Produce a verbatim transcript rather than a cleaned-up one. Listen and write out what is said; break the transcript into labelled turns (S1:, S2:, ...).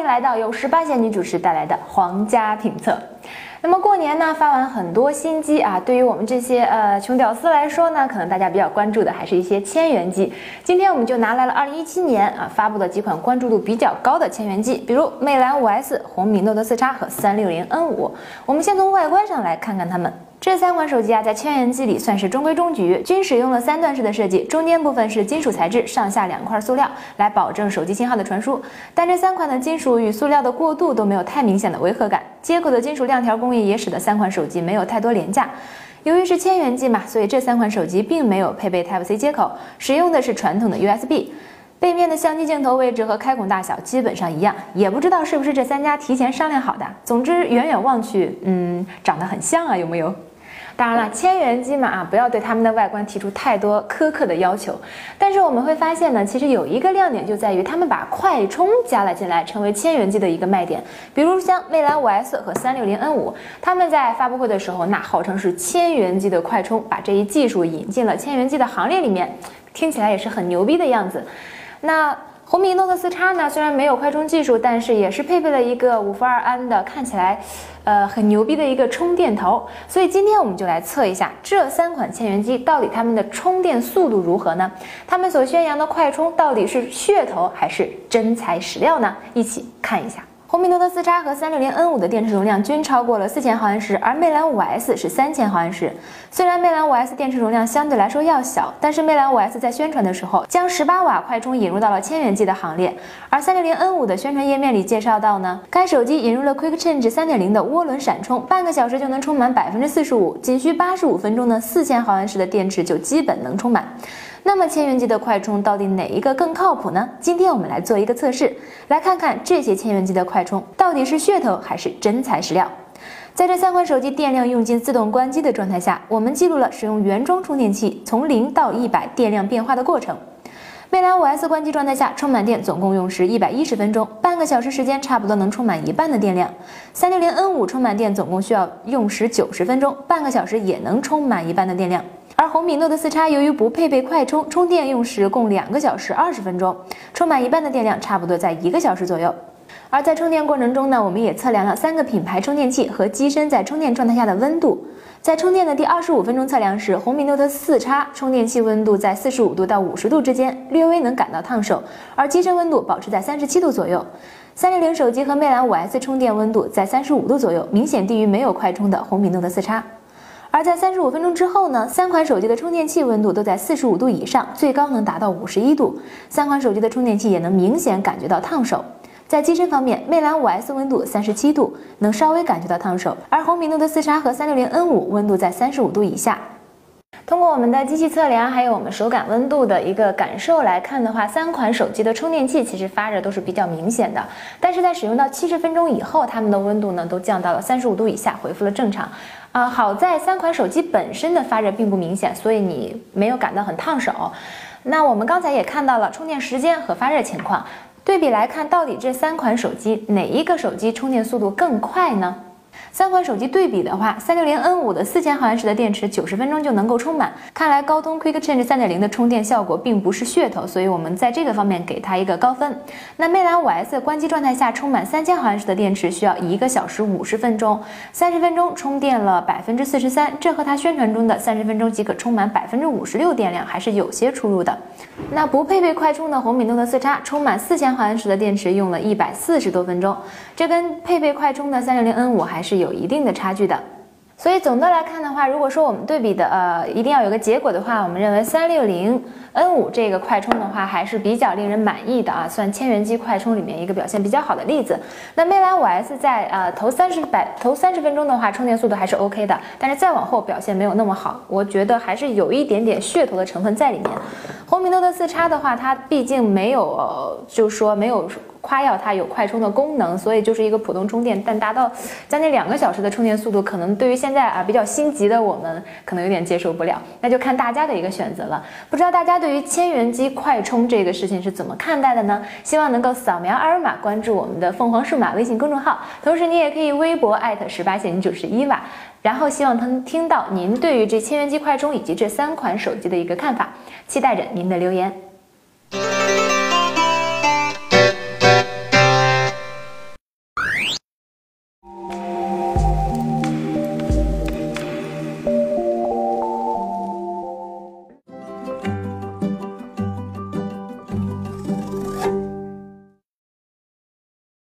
S1: 来到由十八线女主持带来的皇家评测。那么过年呢，发完很多新机啊，对于我们这些呃穷屌丝来说呢，可能大家比较关注的还是一些千元机。今天我们就拿来了二零一七年啊发布的几款关注度比较高的千元机，比如魅蓝 五 S、红米 Note 四 X 和三六零 N 五。我们先从外观上来看看它们。这三款手机啊，在千元机里算是中规中矩，均使用了三段式的设计，中间部分是金属材质，上下两块塑料，来保证手机信号的传输。但这三款的金属与塑料的过渡都没有太明显的违和感，接口的金属亮条工艺也使得三款手机没有太多廉价。由于是千元机嘛，所以这三款手机并没有配备 Type C 接口，使用的是传统的 U S B。背面的相机镜头位置和开孔大小基本上一样，也不知道是不是这三家提前商量好的。总之，远远望去，嗯，长得很像啊，有没有？当然了，千元机嘛啊，不要对它们的外观提出太多苛刻的要求。但是我们会发现呢，其实有一个亮点就在于他们把快充加了进来，成为千元机的一个卖点。比如像魅蓝 五 S 和三六零 N 五，他们在发布会的时候，那号称是千元机的快充，把这一技术引进了千元机的行列里面，听起来也是很牛逼的样子。那红米 Note 四 X 呢，虽然没有快充技术，但是也是配备了一个五氟二胺的，看起来，呃，很牛逼的一个充电头。所以今天我们就来测一下这三款千元机到底它们的充电速度如何呢？它们所宣扬的快充到底是噱头还是真材实料呢？一起看一下。红米 Note 四 X 和三六零 N 五的电池容量均超过了四千毫安时，而魅蓝 五 S 是三千毫安时。虽然魅蓝 五 S 电池容量相对来说要小，但是魅蓝 五 S 在宣传的时候将十八瓦快充引入到了千元机的行列。而三六零 N 五的宣传页面里介绍到呢，该手机引入了 Quick Change 三点零 的涡轮闪充，半个小时就能充满 百分之四十五， 仅需八十五分钟呢，四千毫安时的电池就基本能充满。那么千元机的快充到底哪一个更靠谱呢？今天我们来做一个测试，来看看这些千元机的快充到底是噱头还是真材实料。在这三款手机电量用尽自动关机的状态下，我们记录了使用原装充电器从零到一百电量变化的过程。魅蓝 五 S 关机状态下充满电总共用时一百一十分钟，半个小时时间差不多能充满一半的电量。三六零 N 五充满电总共需要用时九十分钟，半个小时也能充满一半的电量。而红米 Note 四 X 由于不配备快充，充电用时共两个小时二十分钟，充满一半的电量差不多在一个小时左右。而在充电过程中呢，我们也测量了三个品牌充电器和机身在充电状态下的温度。在充电的第二十五分钟测量时，红米 Note 四 X 充电器温度在四十五度到五十度之间，略微能感到烫手，而机身温度保持在三十七度左右。三六零手机和魅蓝 五 S 充电温度在三十五度左右，明显低于没有快充的红米 Note 四 X。而在三十五分钟之后呢，三款手机的充电器温度都在四十五度以上，最高能达到五十一度。三款手机的充电器也能明显感觉到烫手。在机身方面，魅蓝 五 S 温度三十七度，能稍微感觉到烫手，而红米 Note 四 X 和三六零 N 五温度在三十五度以下。通过我们的机器测量，还有我们手感温度的一个感受来看的话，三款手机的充电器其实发热都是比较明显的，但是在使用到七十分钟以后，它们的温度呢都降到了三十五度以下，恢复了正常。啊、呃，好在三款手机本身的发热并不明显，所以你没有感到很烫手。那我们刚才也看到了充电时间和发热情况，对比来看，到底这三款手机哪一个手机充电速度更快呢？三款手机对比的话，三六零 N 五的四千毫安时的电池九十分钟就能够充满，看来高通 Quick Change 三点零的充电效果并不是噱头，所以我们在这个方面给它一个高分。那魅蓝 五 S 关机状态下充满三千毫安时的电池需要一个小时五十分钟，三十分钟充电了 百分之四十三， 这和它宣传中的三十分钟即可充满 百分之五十六 电量还是有些出入的。那不配备快充的红米 Note 四 X 充满四千毫安时的电池用了一百四十多分钟，这跟配备快充的三六零 N 五还是有一定的差距的。所以总的来看的话，如果说我们对比的呃一定要有个结果的话，我们认为三六零 N 五这个快充的话还是比较令人满意的啊，算千元机快充里面一个表现比较好的例子。那魅蓝 五 S 在呃头三十百头三十分钟的话，充电速度还是 OK 的，但是再往后表现没有那么好，我觉得还是有一点点噱头的成分在里面。红米 Note 四 X 的话，它毕竟没有、呃、就是说没有夸耀它有快充的功能，所以就是一个普通充电，但达到将近两个小时的充电速度，可能对于现在啊比较心急的我们可能有点接受不了，那就看大家的一个选择了。不知道大家对于千元机快充这个事情是怎么看待的呢？希望能够扫描二维码关注我们的凤凰数码微信公众号，同时你也可以微博艾特十八线女主持伊娃，然后希望能听到您对于这千元机快充以及这三款手机的一个看法，期待着您的留言。